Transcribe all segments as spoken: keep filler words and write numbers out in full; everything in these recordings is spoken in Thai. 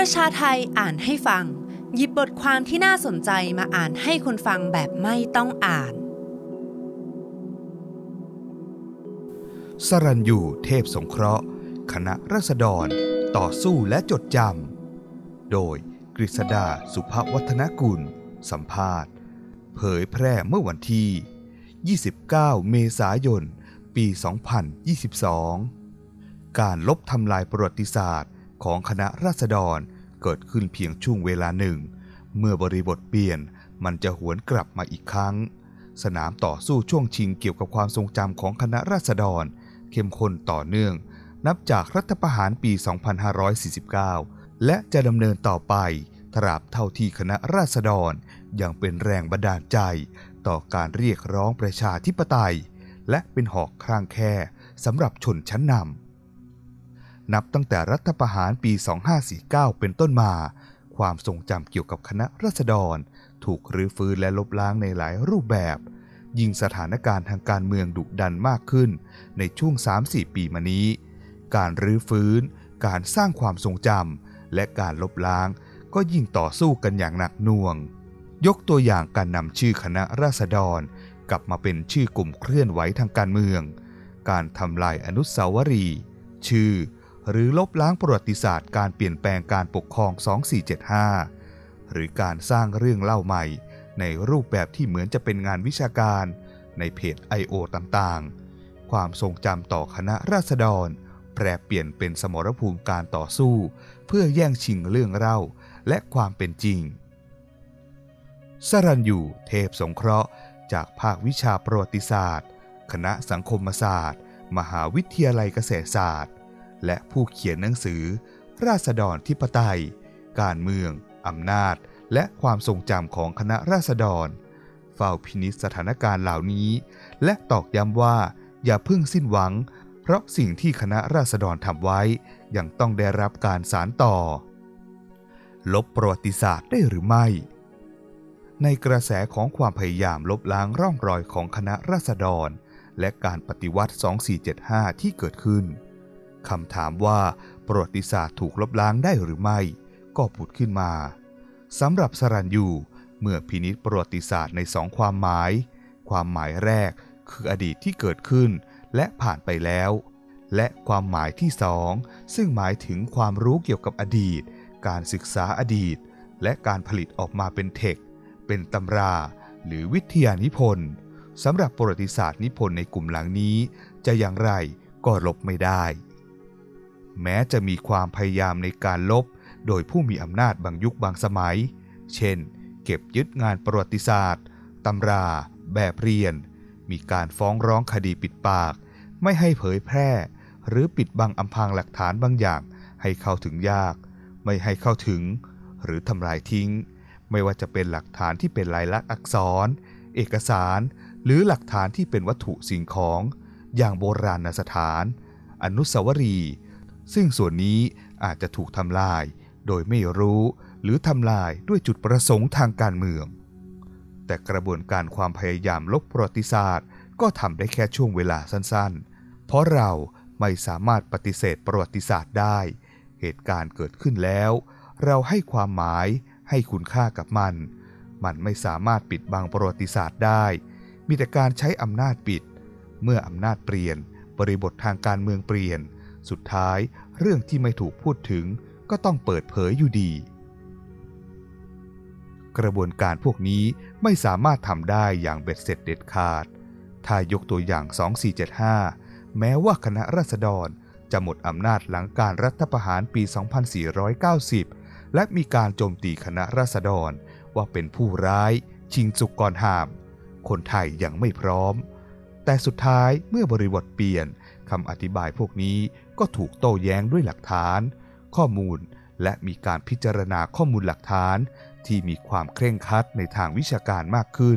ประชาไทอ่านให้ฟังหยิบบทความที่น่าสนใจมาอ่านให้คนฟังแบบไม่ต้องอ่านสรัญญูเทพสงเคราะห์คณะราษฎรต่อสู้และจดจำโดยกฤษดาสุภวัฒนกุลสัมภาษณ์เผยแพร่เมื่อวันที่ยี่สิบเก้าเมษายนปีสองพันยี่สิบสองการลบทำลายประวัติศาสตร์ของคณะราษฎรเกิดขึ้นเพียงช่วงเวลาหนึ่งเมื่อบริบทเปลี่ยนมันจะหวนกลับมาอีกครั้งสนามต่อสู้ช่วงชิงเกี่ยวกับความทรงจำของคณะราษฎรเข้มข้นต่อเนื่องนับจากรัฐประหารปี สองพันห้าร้อยสี่สิบเก้า และจะดำเนินต่อไปตราบเท่าที่คณะราษฎรยังเป็นแรงบันดาลใจต่อการเรียกร้องประชาธิปไตยและเป็นหอกข้างแคร่สำหรับชนชั้นนำนับตั้งแต่รัฐประหารปี สองพันห้าร้อยสี่สิบเก้า เป็นต้นมาความทรงจำเกี่ยวกับคณะราษฎรถูกรื้อฟื้นและลบล้างในหลายรูปแบบยิ่งสถานการณ์ทางการเมืองดุดันมากขึ้นในช่วง สามถึงสี่ ปีมานี้การรื้อฟื้นการสร้างความทรงจำและการลบล้างก็ยิ่งต่อสู้กันอย่างหนักหน่วงยกตัวอย่างการนำชื่อคณะราษฎรกลับมาเป็นชื่อกลุ่มเคลื่อนไหวทางการเมืองการทำลายอนุสาวรีย์ชื่อหรือลบล้างประวัติศาสตร์การเปลี่ยนแปลงการปกครอง สองพันสี่ร้อยเจ็ดสิบห้า หรือการสร้างเรื่องเล่าใหม่ในรูปแบบที่เหมือนจะเป็นงานวิชาการในเพจ ไอ โอ ต่างๆความทรงจำต่อคณะราษฎรแปรเปลี่ยนเป็นสมรภูมิการต่อสู้เพื่อแย่งชิงเรื่องเล่าและความเป็นจริงสรัญญูเทพสงเคราะห์จากภาควิชาประวัติศาสตร์คณะสังคมศาสตร์มหาวิทยาลัยเกษตรศาสตร์และผู้เขียนหนังสือราษฎรธิปไตยการเมืองอำนาจและความทรงจำของคณะราษฎรเฝ้าพินิจสถานการณ์เหล่านี้และตอกย้ำว่าอย่าเพิ่งสิ้นหวังเพราะสิ่งที่คณะราษฎรทำไว้ยังต้องได้รับการสานต่อลบประวัติศาสตร์ได้หรือไม่ในกระแสของความพยายามลบล้างร่องรอยของคณะราษฎรและการปฏิวัติ สองพันสี่ร้อยเจ็ดสิบห้า ที่เกิดขึ้นคำถามว่าประวัติศาสตร์ถูกลบล้างได้หรือไม่ก็ผุดขึ้นมาสำหรับสรัญญูเมื่อพินิจประวัติศาสตร์ในสองความหมายความหมายแรกคืออดีตที่เกิดขึ้นและผ่านไปแล้วและความหมายที่สองซึ่งหมายถึงความรู้เกี่ยวกับอดีตการศึกษาอดีตและการผลิตออกมาเป็นเทคส์เป็นตำราหรือวิทยานิพนธ์สำหรับประวัติศาสตร์นิพนธ์ในกลุ่มหลังนี้จะอย่างไรก็ลบไม่ได้แม้จะมีความพยายามในการลบโดยผู้มีอำนาจบางยุคบางสมัยเช่นเก็บยึดงานประวัติศาสตร์ตำราแบบเรียนมีการฟ้องร้องคดีปิดปากไม่ให้เผยแพร่หรือปิดบังอำพรางหลักฐานบางอย่างให้เข้าถึงยากไม่ให้เข้าถึงหรือทำลายทิ้งไม่ว่าจะเป็นหลักฐานที่เป็นลายลักษณ์อักษรเอกสารหรือหลักฐานที่เป็นวัตถุสิ่งของอย่างโบราณสถานอนุสาวรีย์ซึ่งส่วนนี้อาจจะถูกทำลายโดยไม่รู้หรือทำลายด้วยจุดประสงค์ทางการเมืองแต่กระบวนการความพยายามลบประวัติศาสตร์ก็ทำได้แค่ช่วงเวลาสั้นๆเพราะเราไม่สามารถปฏิเสธประวัติศาสตร์ได้เหตุการณ์เกิดขึ้นแล้วเราให้ความหมายให้คุณค่ากับมันมันไม่สามารถปิดบังประวัติศาสตร์ได้มีแต่การใช้อำนาจปิดเมื่ออำนาจเปลี่ยนบริบททางการเมืองเปลี่ยนสุดท้ายเรื่องที่ไม่ถูกพูดถึงก็ต้องเปิดเผยอยู่ดีกระบวนการพวกนี้ไม่สามารถทำได้อย่างเบ็ดเสร็จเด็ดขาดถ้ายกตัวอย่าง สองพันสี่ร้อยเจ็ดสิบห้า แม้ว่าคณะราษฎรจะหมดอำนาจหลังการรัฐประหารปี สองพันสี่ร้อยเก้าสิบ และมีการโจมตีคณะราษฎรว่าเป็นผู้ร้ายชิงสุกรห้ามคนไทยยังไม่พร้อมแต่สุดท้ายเมื่อบริบทเปลี่ยนคำอธิบายพวกนี้ก็ถูกโต้แย้งด้วยหลักฐานข้อมูลและมีการพิจารณาข้อมูลหลักฐานที่มีความเคร่งครัดในทางวิชาการมากขึ้น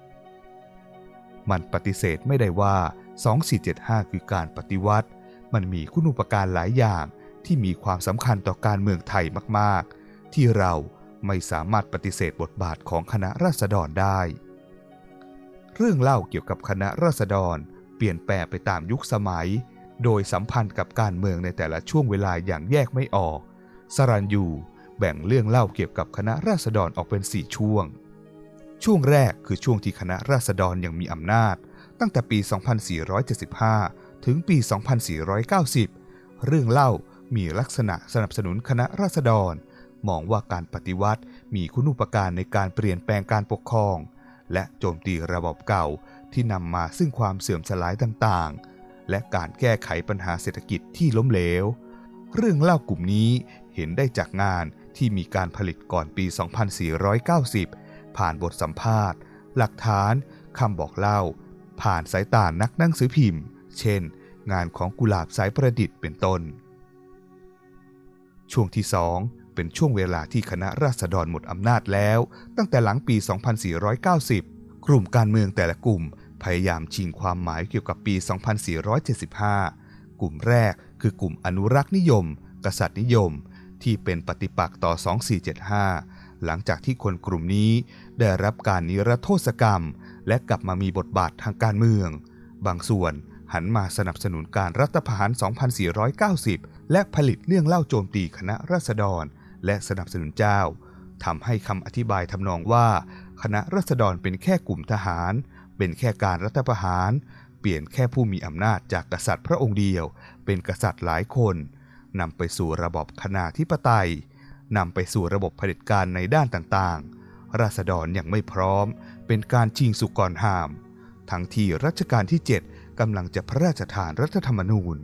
มันปฏิเสธไม่ได้ว่า สองพันสี่ร้อยเจ็ดสิบห้า คือการปฏิวัติมันมีคุณูปการหลายอย่างที่มีความสำคัญต่อการเมืองไทยมากๆที่เราไม่สามารถปฏิเสธบทบาทของคณะราษฎรได้เรื่องเล่าเกี่ยวกับคณะราษฎรเปลี่ยนแปลงไปตามยุคสมัยโดยสัมพันธ์กับการเมืองในแต่ละช่วงเวลาอย่างแยกไม่ออกสรัญญูแบ่งเรื่องเล่าเกี่ยวกับคณะราษฎรออกเป็นสี่ช่วงช่วงแรกคือช่วงที่คณะราษฎรยังมีอำนาจตั้งแต่ปี สองพันสี่ร้อยเจ็ดสิบห้า ถึงปี สองพันสี่ร้อยเก้าสิบ เรื่องเล่ามีลักษณะสนับสนุนคณะราษฎรมองว่าการปฏิวัติมีคุณูปการในการเปลี่ยนแปลงการปกครองและโจมตีระบบเก่าที่นำมาซึ่งความเสื่อมสลายต่างๆและการแก้ไขปัญหาเศรษฐกิจที่ล้มเหลวเรื่องเล่ากลุ่มนี้เห็นได้จากงานที่มีการผลิตก่อนปี สองพันสี่ร้อยเก้าสิบ ผ่านบทสัมภาษณ์หลักฐานคำบอกเล่าผ่านสายตานักหนังสือพิมพ์เช่นงานของกุหลาบสายประดิษฐ์เป็นต้นช่วงที่สองเป็นช่วงเวลาที่คณะราษฎรหมดอำนาจแล้วตั้งแต่หลังปี สองพันสี่ร้อยเก้าสิบ กลุ่มการเมืองแต่ละกลุ่มพยายามชิงความหมายเกี่ยวกับปี สองพันสี่ร้อยเจ็ดสิบห้า กลุ่มแรกคือกลุ่มอนุรักษ์นิยมกษัตริย์นิยมที่เป็นปฏิปักษ์ต่อ สองพันสี่ร้อยเจ็ดสิบห้า หลังจากที่คนกลุ่มนี้ได้รับการนิรโทษกรรมและกลับมามีบทบาททางการเมืองบางส่วนหันมาสนับสนุนการรัฐประหาร สองพันสี่ร้อยเก้าสิบ และผลิตเรื่องเล่าโจมตีคณะราษฎรและสนับสนุนเจ้าทำให้คำอธิบายทำนองว่าคณะราษฎรเป็นแค่กลุ่มทหารเป็นแค่การรัฐประหารเปลี่ยนแค่ผู้มีอำนาจจากกษัตริย์พระองค์เดียวเป็นกษัตริย์หลายคนนำไปสู่ระบบคณาธิปไตยนำไปสู่ระบบเผด็จการในด้านต่างๆราษฎรยังไม่พร้อมเป็นการชิงสุกรห้ามทั้งที่รัชกาลที่เจ็ดกำลังจะพระราชทานรัฐธรรมนูญ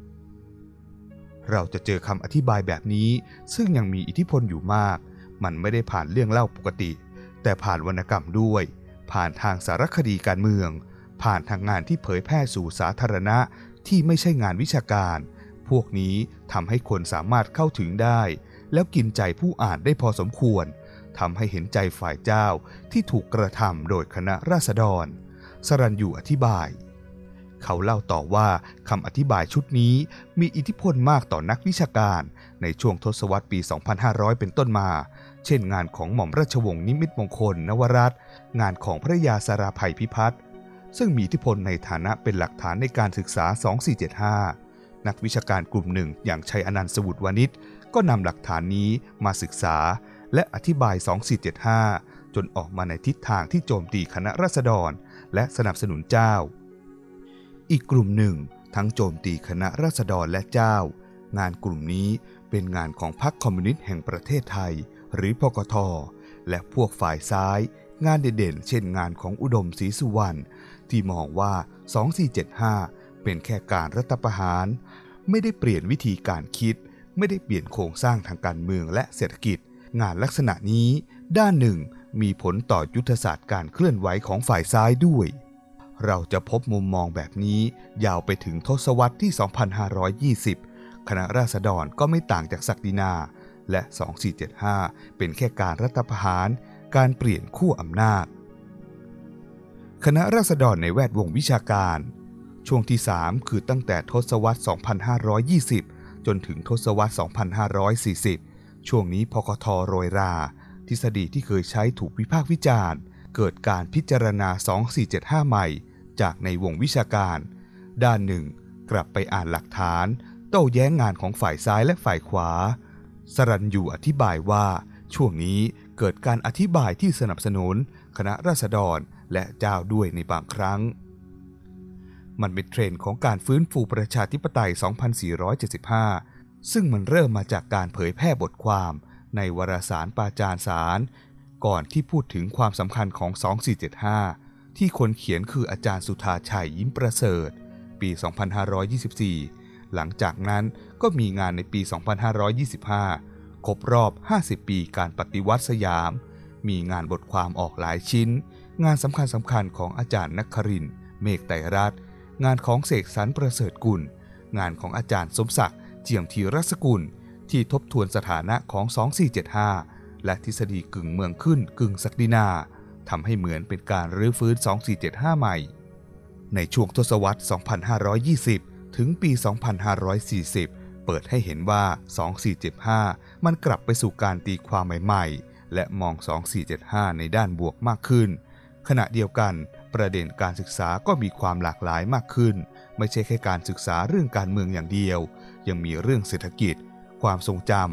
เราจะเจอคำอธิบายแบบนี้ซึ่งยังมีอิทธิพลอยู่มากมันไม่ได้ผ่านเรื่องเล่าปกติแต่ผ่านวรรณกรรมด้วยผ่านทางสารคดีการเมืองผ่านทางงานที่เผยแพร่สู่สาธารณะที่ไม่ใช่งานวิชาการพวกนี้ทำให้คนสามารถเข้าถึงได้แล้วกินใจผู้อ่านได้พอสมควรทำให้เห็นใจฝ่ายเจ้าที่ถูกกระทำโดยคณะราษฎรสรัญญูอธิบายเขาเล่าต่อว่าคำอธิบายชุดนี้มีอิทธิพลมากต่อนักวิชาการในช่วงทศวรรษปี สองพันห้าร้อย เป็นต้นมาเช่นงานของหม่อมราชวงศ์นิมิตมงคลนวรัตน์งานของพระยาสาราภัยพิพัฒน์ซึ่งมีอิทธิพลในฐานะเป็นหลักฐานในการศึกษา สองพันสี่ร้อยเจ็ดสิบห้า นักวิชาการกลุ่มหนึ่งอย่างชัยอนันต์สวุทรวานิชก็นำหลักฐานนี้มาศึกษาและอธิบาย สองพันสี่ร้อยเจ็ดสิบห้า จนออกมาในทิศทางที่โจมตีคณะราษฎรและสนับสนุนเจ้าอีกกลุ่มหนึ่งทั้งโจมตีคณะราษฎรและเจ้างานกลุ่มนี้เป็นงานของพรรคคอมมิวนิสต์แห่งประเทศไทยหรือพกท.และพวกฝ่ายซ้ายงานเด่นๆเช่นงานของอุดมศรีสุวรรณที่มองว่า สองพันสี่ร้อยเจ็ดสิบห้า เป็นแค่การรัฐประหารไม่ได้เปลี่ยนวิธีการคิดไม่ได้เปลี่ยนโครงสร้างทางการเมืองและเศรษฐกิจงานลักษณะนี้ด้านหนึ่งมีผลต่อยุทธศาสตร์การเคลื่อนไหวของฝ่ายซ้ายด้วยเราจะพบมุมมองแบบนี้ยาวไปถึงทศวรรษที่ สองพันห้าร้อยยี่สิบ คณะราษฎรก็ไม่ต่างจากศักดินาและ สองพันสี่ร้อยเจ็ดสิบห้า เป็นแค่การรัฐประหารการเปลี่ยนขั้วอำนาจคณะราษฎรในแวดวงวิชาการช่วงที่สามคือตั้งแต่ทศวรรษ สองพันห้าร้อยยี่สิบ จนถึงทศวรรษ สองพันห้าร้อยสี่สิบ ช่วงนี้พกท.โรยราทฤษฎีที่เคยใช้ถูกวิพากษ์วิจารณ์เกิดการพิจารณา สองพันสี่ร้อยเจ็ดสิบห้า ใหม่จากในวงวิชาการด้านหนึ่งกลับไปอ่านหลักฐานโต้แย้งงานของฝ่ายซ้ายและฝ่ายขวาสรัญญูอธิบายว่าช่วงนี้เกิดการอธิบายที่สนับสนุนคณะราษฎรและเจ้าด้วยในบางครั้งมันเป็นเทรนด์ของการฟื้นฟูประชาธิปไตย สองพันสี่ร้อยเจ็ดสิบห้า ซึ่งมันเริ่มมาจากการเผยแพร่บทความในวารสารปาจารสารก่อนที่พูดถึงความสำคัญของ สองพันสี่ร้อยเจ็ดสิบห้า ที่คนเขียนคืออาจารย์สุธาชัยยิ้มประเสริฐปี สองพันห้าร้อยยี่สิบสี่ หลังจากนั้นก็มีงานในปี สองพันห้าร้อยยี่สิบห้า ครบรอบ ห้าสิบ ปีการปฏิวัติสยามมีงานบทความออกหลายชิ้นงานสำคัญสำคัญของอาจารย์นครินทร์เมฆไตรรัตน์งานของเสกสรรประเสริฐกุลงานของอาจารย์สมศักดิ์เจียมธีรสกุลที่ทบทวนสถานะของ สองพันสี่ร้อยเจ็ดสิบห้า และทฤษฎีกึ่งเมืองขึ้นกึ่งศักดินาทำให้เหมือนเป็นการรื้อฟื้น สองพันสี่ร้อยเจ็ดสิบห้า ใหม่ในช่วงทศวรรษ สองพันห้าร้อยยี่สิบ ถึงปี สองพันห้าร้อยสี่สิบ เปิดให้เห็นว่า สองพันสี่ร้อยเจ็ดสิบห้า มันกลับไปสู่การตีความใหม่ๆและมอง สองพันสี่ร้อยเจ็ดสิบห้า ในด้านบวกมากขึ้นขณะเดียวกันประเด็นการศึกษาก็มีความหลากหลายมากขึ้นไม่ใช่แค่การศึกษาเรื่องการเมืองอย่างเดียวยังมีเรื่องเศรษฐกิจความทรงจำภ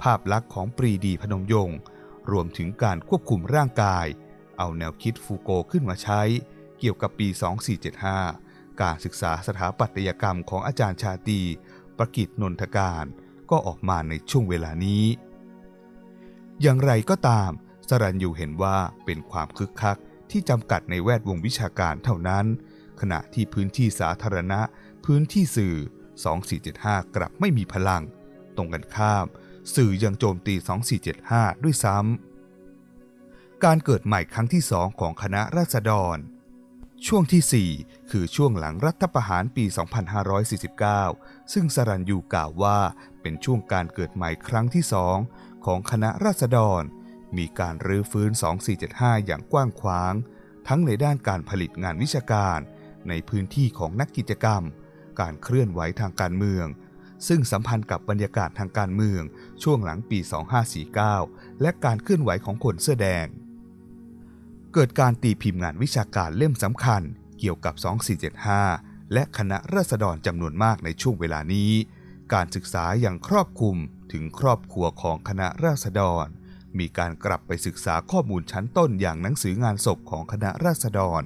ภาพลักษณ์ของปรีดีพนมยงค์รวมถึงการควบคุมร่างกายเอาแนวคิดฟูโกขึ้นมาใช้เกี่ยวกับปี สองสี่เจ็ดห้า การศึกษาสถาปัตยกรรมของอาจารย์ชาตรีประกิตนนทการก็ออกมาในช่วงเวลานี้อย่างไรก็ตามสรัญญูเห็นว่าเป็นความคึกคักที่จำกัดในแวดวงวิชาการเท่านั้นขณะที่พื้นที่สาธารณะพื้นที่สื่อ สองสี่เจ็ดห้า กลับไม่มีพลังตรงกันข้ามสื่อยังโจมตี สองสี่เจ็ดห้า ด้วยซ้ำการเกิดใหม่ครั้งที่สองของคณะราษฎรช่วงที่สี่คือช่วงหลังรัฐประหารปี สองพันห้าร้อยสี่สิบเก้า ซึ่งสรัญญูกล่าวว่าเป็นช่วงการเกิดใหม่ครั้งที่สองของคณะราษฎรมีการรื้อฟื้น สองสี่เจ็ดห้า อย่างกว้างขวางทั้งในด้านการผลิตงานวิชาการในพื้นที่ของนักกิจกรรมการเคลื่อนไหวทางการเมืองซึ่งสัมพันธ์กับบรรยากาศทางการเมืองช่วงหลังปี สองห้าสี่เก้า และการเคลื่อนไหวของคนเสื้อแดงเกิดการตีพิมพ์งานวิชาการเล่มสำคัญเกี่ยวกับ สองสี่เจ็ดห้า และคณะราษฎรจำนวนมากในช่วงเวลานี้การศึกษาอย่างครอบคลุมถึงครอบครัวของคณะราษฎรมีการกลับไปศึกษาข้อมูลชั้นต้นอย่างหนังสืองานศพของคณะราษฎร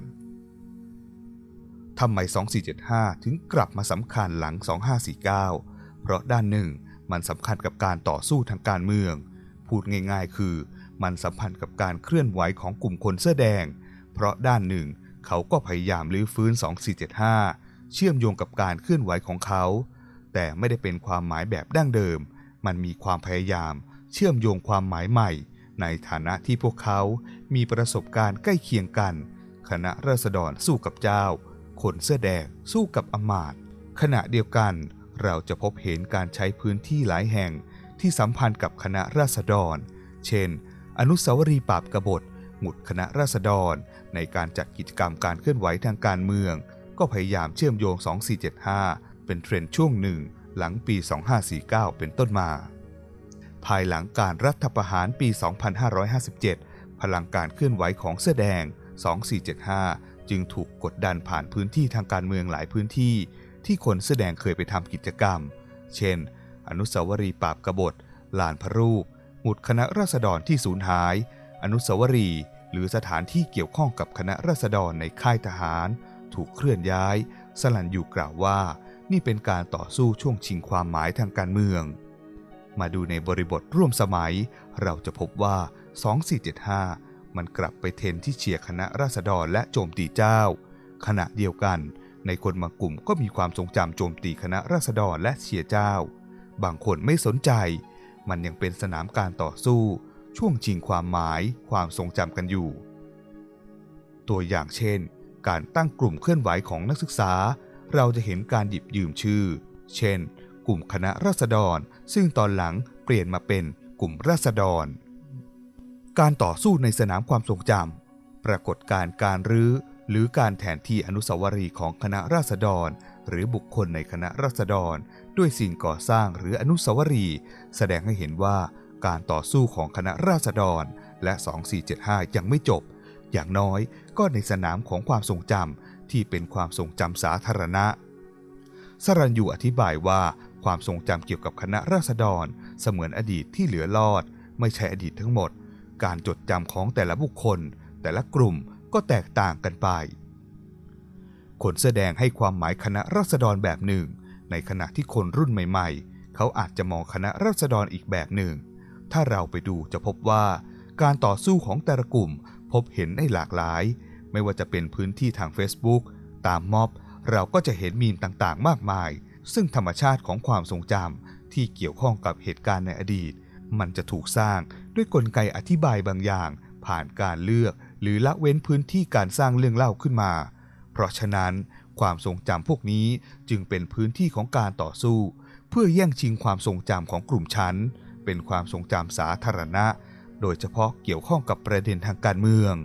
ทำไม สองสี่เจ็ดห้า ถึงกลับมาสำคัญหลัง สองห้าสี่เก้า เพราะด้านหนึ่งมันสำคัญกับการต่อสู้ทางการเมืองพูดง่ายๆคือมันสัมพันธ์กับการเคลื่อนไหวของกลุ่มคนเสื้อแดงเพราะด้านหนึ่งเขาก็พยายามลื้อฟื้น สองสี่เจ็ดห้า เชื่อมโยงกับการเคลื่อนไหวของเขาแต่ไม่ได้เป็นความหมายแบบดั้งเดิมมันมีความพยายามเชื่อมโยงความหมายใหม่ในฐานะที่พวกเขามีประสบการณ์ใกล้เคียงกันคณะราษฎรสู้กับเจ้าคนเสื้อแดงสู้กับอำมาตย์ขณะเดียวกันเราจะพบเห็นการใช้พื้นที่หลายแห่งที่สัมพันธ์กับคณะราษฎรเช่นอนุสาวรีย์ปราบกบฏหมุดคณะราษฎรในการจัดกิจกรรมการเคลื่อนไหวทางการเมืองก็พยายามเชื่อมโยง สองสี่เจ็ดห้า เป็นเทรนด์ช่วงหนึ่งหลังปี สองห้าสี่เก้า เป็นต้นมาภายหลังการรัฐประหารปี สองพันห้าร้อยห้าสิบเจ็ด พลังการเคลื่อนไหวของเสื้อแดง สองสี่เจ็ดห้า จึงถูกกดดันผ่านพื้นที่ทางการเมืองหลายพื้นที่ที่คนเสื้อแดงเคยไปทำกิจกรรมเช่นอนุสาวรีย์ปราบกบฏลานพระรูปหมุดคณะราษฎรที่สูญหายอนุสาวรีย์หรือสถานที่เกี่ยวข้องกับคณะราษฎรในค่ายทหารถูกเคลื่อนย้ายสลันยูกล่าวว่านี่เป็นการต่อสู้ช่วงชิงความหมายทางการเมืองมาดูในบริบทร่วมสมัยเราจะพบว่า สองสี่เจ็ดห้า มันกลับไปเทนที่เชียร์คณะราษฎรและโจมตีเจ้าขณะเดียวกันในคนบางกลุ่มก็มีความทรงจำโจมตีคณะราษฎรและเชียร์เจ้าบางคนไม่สนใจมันยังเป็นสนามการต่อสู้ช่วงชิงความหมายความทรงจำกันอยู่ตัวอย่างเช่นการตั้งกลุ่มเคลื่อนไหวของนักศึกษาเราจะเห็นการหยิบยืมชื่อเช่นกลุ่มคณะราษฎรซึ่งตอนหลังเปลี่ยนมาเป็นกลุ่มราษฎรการต่อสู้ในสนามความทรงจำปรากฏการณ์การรื้อหรือการแทนที่อนุสาวรีย์ของคณะราษฎรหรือบุคคลในคณะราษฎรด้วยสิ่งก่อสร้างหรืออนุสาวรีย์แสดงให้เห็นว่าการต่อสู้ของคณะราษฎรและ สองสี่เจ็ดห้า ยังไม่จบอย่างน้อยก็ในสนามของความทรงจำที่เป็นความทรงจำสาธารณะสรัญญูอธิบายว่าความทรงจำเกี่ยวกับคณะราษฎรเสมือนอดีตที่เหลือรอดไม่ใช่อดีตทั้งหมดการจดจำของแต่ละบุคคลแต่ละกลุ่มก็แตกต่างกันไปคนแสดงให้ความหมายคณะราษฎรแบบหนึ่งในขณะที่คนรุ่นใหม่ๆเขาอาจจะมองคณะราษฎรอีกแบบหนึ่งถ้าเราไปดูจะพบว่าการต่อสู้ของแต่ละกลุ่มพบเห็นได้หลากหลายไม่ว่าจะเป็นพื้นที่ทาง Facebook ตามม็อบเราก็จะเห็นมีมต่างๆมากมายซึ่งธรรมชาติของความทรงจำที่เกี่ยวข้องกับเหตุการณ์ในอดีตมันจะถูกสร้างด้วยกลไกอธิบายบางอย่างผ่านการเลือกหรือละเว้นพื้นที่การสร้างเรื่องเล่าขึ้นมาเพราะฉะนั้นความทรงจำพวกนี้จึงเป็นพื้นที่ของการต่อสู้เพื่อแย่งชิงความทรงจำของกลุ่มชั้นเป็นความทรงจำสาธารณะโดยเฉพาะเกี่ยวข้องกับประเด็นทางการเมือง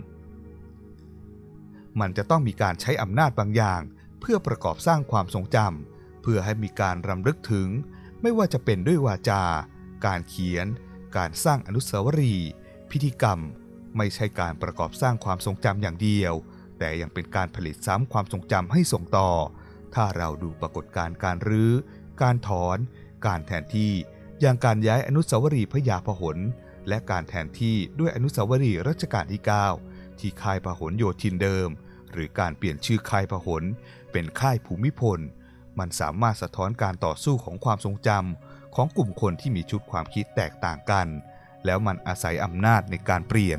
มันจะต้องมีการใช้อำนาจบางอย่างเพื่อประกอบสร้างความทรงจำเพื่อให้มีการรำลึกถึงไม่ว่าจะเป็นด้วยวาจาการเขียนการสร้างอนุสาวรีย์พิธีกรรมไม่ใช่การประกอบสร้างความทรงจำอย่างเดียวแต่ยังเป็นการผลิตซ้ำความทรงจำให้ส่งต่อถ้าเราดูปรากฏการณ์การรื้อการถอนการแทนที่อย่างการย้ายอนุสาวรีย์พระยาพหลและการแทนที่ด้วยอนุสาวรีย์รัชกาลที่เก้าที่ค่ายพหลโยธินเดิมหรือการเปลี่ยนชื่อค่ายพหลเป็นค่ายภูมิพลมันสามารถสะท้อนการต่อสู้ของความทรงจำของกลุ่มคนที่มีชุดความคิดแตกต่างกันแล้วมันอาศัยอำนาจในการเปลี่ยน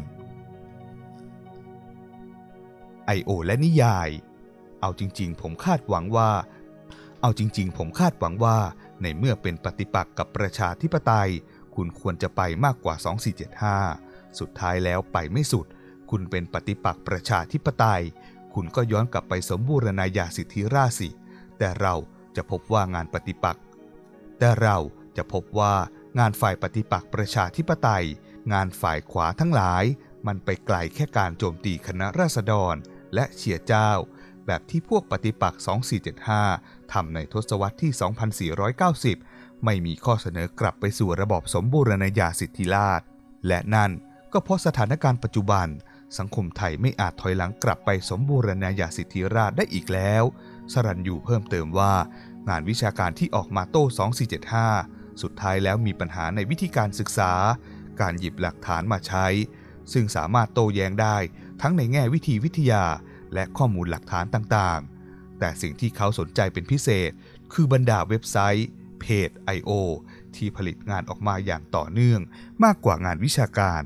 ไอ โอ และนิยายเอาจริงๆผมคาดหวังว่าเอาจริงๆผมคาดหวังว่าในเมื่อเป็นปฏิปักษ์กับประชาธิปไตยคุณควรจะไปมากกว่าสองสี่เจ็ดห้าสุดท้ายแล้วไปไม่สุดคุณเป็นปฏิปักษ์ประชาธิปไตยคุณก็ย้อนกลับไปสมบูรณาญาสิทธิราชสิแต่เราจะพบว่างานปฏิปักษ์แต่เราจะพบว่างานฝ่ายปฏิปักษ์ประชาธิปไตยงานฝ่ายขวาทั้งหลายมันไปไกลแค่การโจมตีคณะราษฎรและเฉียเจ้าแบบที่พวกปฏิปักษ์สองสี่เจ็ดห้าทำในทศวรรษที่สองพันสี่ร้อยเก้าสิบไม่มีข้อเสนอกลับไปสู่ระบอบสมบูรณาญาสิทธิราชย์และนั่นก็เพราะสถานการณ์ปัจจุบันสังคมไทยไม่อาจถอยหลังกลับไปสมบูรณาญาสิทธิราชย์ได้อีกแล้วสรัญญูเพิ่มเติมว่างานวิชาการที่ออกมาโต้สองสี่เจ็ดห้าสุดท้ายแล้วมีปัญหาในวิธีการศึกษาการหยิบหลักฐานมาใช้ซึ่งสามารถโต้แย้งได้ทั้งในแง่วิธีวิทยาและข้อมูลหลักฐานต่างๆแต่สิ่งที่เขาสนใจเป็นพิเศษคือบรรดาเว็บไซต์เพจ ไอ โอ ที่ผลิตงานออกมาอย่างต่อเนื่องมากกว่างานวิชาการ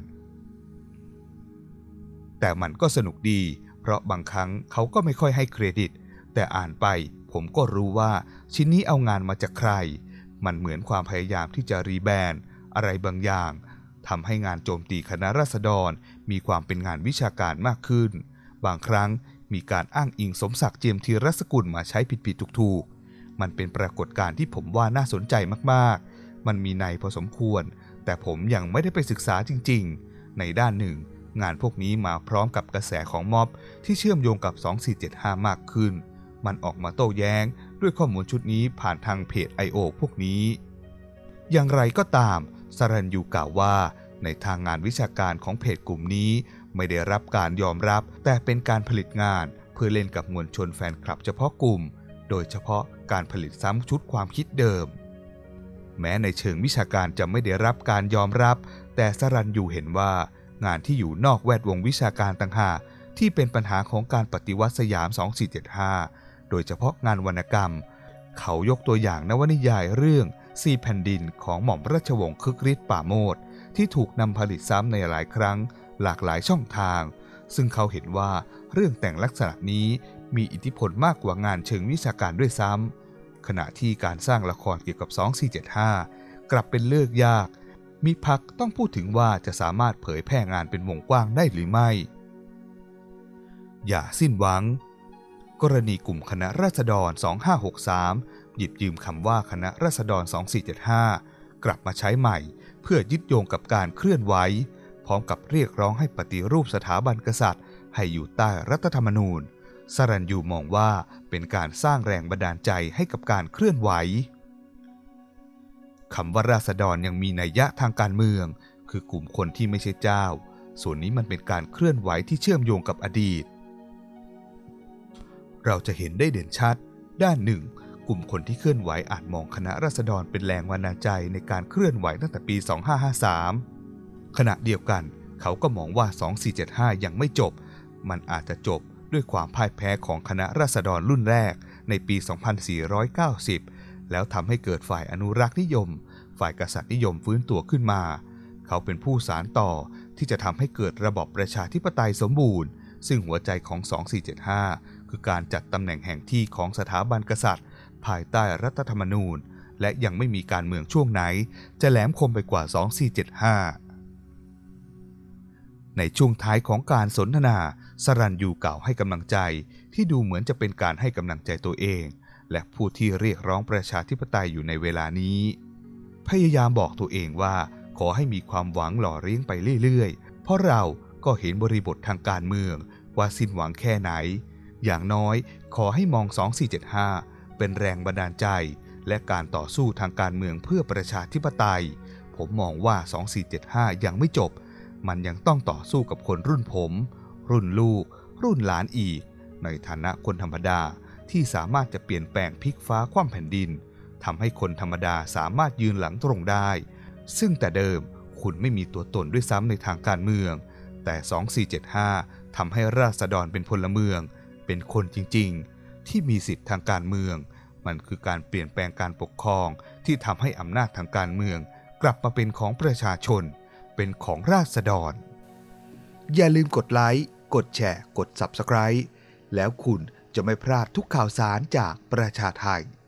แต่มันก็สนุกดีเพราะบางครั้งเขาก็ไม่ค่อยให้เครดิตแต่อ่านไปผมก็รู้ว่าชิ้นนี้เอางานมาจากใครมันเหมือนความพยายามที่จะรีแบรนด์อะไรบางอย่างทำให้งานโจมตีคณะราษฎรมีความเป็นงานวิชาการมากขึ้นบางครั้งมีการอ้างอิงสมศักดิ์เจียมธีรสกุลมาใช้ผิดๆถูกๆมันเป็นปรากฏการณ์ที่ผมว่าน่าสนใจมากๆมันมีในพอสมควรแต่ผมยังไม่ได้ไปศึกษาจริงๆในด้านหนึ่งงานพวกนี้มาพร้อมกับกระแสของม็อบที่เชื่อมโยงกับสองสี่เจ็ดห้ามากขึ้นมันออกมาโต้แย้งด้วยข้อมูลชุดนี้ผ่านทางเพจ ไอ โอ พวกนี้อย่างไรก็ตามสรัญญูกล่าวว่าในทางงานวิชาการของเพจกลุ่มนี้ไม่ได้รับการยอมรับแต่เป็นการผลิตงานเพื่อเล่นกับมวลชนแฟนคลับเฉพาะกลุ่มโดยเฉพาะการผลิตซ้ำชุดความคิดเดิมแม้ในเชิงวิชาการจะไม่ได้รับการยอมรับแต่สรัญญูเห็นว่างานที่อยู่นอกแวดวงวิชาการต่างหากที่เป็นปัญหาของการปฏิวัติสยามสองสี่เจ็ดห้าโดยเฉพาะงานวรรณกรรมเขายกตัวอย่างนวนิยายเรื่องสี่แผ่นดินของหม่อมราชวงศ์คึกฤทธิ์ปราโมทย์ที่ถูกนำผลิตซ้ำในหลายครั้งหลากหลายช่องทางซึ่งเขาเห็นว่าเรื่องแต่งลักษณะนี้มีอิทธิพลมากกว่างานเชิงวิชาการด้วยซ้ำขณะที่การสร้างละครเกี่ยวกับสองสี่เจ็ดห้ากลับเป็นเลิกยากมิพักต้องพูดถึงว่าจะสามารถเผยแพร่งานเป็นวงกว้างได้หรือไม่อย่าสิ้นหวังกรณีกลุ่มคณะราษฎรสองห้าหกสามหยิบยืมคำว่าคณะราษฎรสองสี่เจ็ดห้ากลับมาใช้ใหม่เพื่อยึดโยงกับการเคลื่อนไหวพร้อมกับเรียกร้องให้ปฏิรูปสถาบันกษัตริย์ให้อยู่ใต้รัฐธรรมนูญสรัญญูมองว่าเป็นการสร้างแรงบันดาลใจให้กับการเคลื่อนไหวคำว่าราษฎรยังมีนัยยะทางการเมืองคือกลุ่มคนที่ไม่ใช่เจ้าส่วนนี้มันเป็นการเคลื่อนไหวที่เชื่อมโยงกับอดีตเราจะเห็นได้เด่นชัดด้านหนึ่งกลุ่มคนที่เคลื่อนไหวอาจมองคณะราษฎรเป็นแรงบันดาลใจในการเคลื่อนไหวตั้งแต่ปีสองห้าห้าสามขณะเดียวกันเขาก็มองว่าสองสี่เจ็ดห้ายังไม่จบมันอาจจะจบด้วยความพ่ายแพ้ของคณะราษฎรรุ่นแรกในปีสองพันสี่ร้อยเก้าสิบแล้วทำให้เกิดฝ่ายอนุรักษ์นิยมฝ่ายกษัตริย์นิยมฟื้นตัวขึ้นมาเขาเป็นผู้สานต่อที่จะทำให้เกิดระบอบประชาธิปไตยสมบูรณ์ซึ่งหัวใจของสองสี่เจ็ดห้าคือการจัดตำแหน่งแห่งที่ของสถาบันกษัตริย์ภายใต้รัฐธรรมนูญและยังไม่มีการเมืองช่วงไหนจะแหลมคมไปกว่าสองสี่เจ็ดห้าในช่วงท้ายของการสนทนาสรัญญูกล่าวให้กำลังใจที่ดูเหมือนจะเป็นการให้กำลังใจตัวเองและผู้ที่เรียกร้องประชาธิปไตยอยู่ในเวลานี้พยายามบอกตัวเองว่าขอให้มีความหวังหล่อเลี้ยงไปเรื่อยๆเพราะเราก็เห็นบริบททางการเมืองว่าสิ้นหวังแค่ไหนอย่างน้อยขอให้มองสองสี่เจ็ดห้าเป็นแรงบันดาลใจและการต่อสู้ทางการเมืองเพื่อประชาธิปไตยผมมองว่าสองสี่เจ็ดห้ายังไม่จบมันยังต้องต่อสู้กับคนรุ่นผมรุ่นลูกรุ่นหลานอีกในฐานะคนธรรมดาที่สามารถจะเปลี่ยนแปลงพลิกฟ้าคว่ำแผ่นดินทำให้คนธรรมดาสามารถยืนหลังตรงได้ซึ่งแต่เดิมคุณไม่มีตัวตนด้วยซ้ำในทางการเมืองแต่สองสี่เจ็ดห้าทำให้ราษฎรเป็นพลเมืองเป็นคนจริงๆที่มีสิทธิทางการเมืองมันคือการเปลี่ยนแปลงการปกครองที่ทำให้อำนาจทางการเมืองกลับมาเป็นของประชาชนเป็นของราษฎรอย่าลืมกดไลค์กดแชร์กด ซับสไครบ์ แล้วคุณจะไม่พลาดทุกข่าวสารจากประชาไทย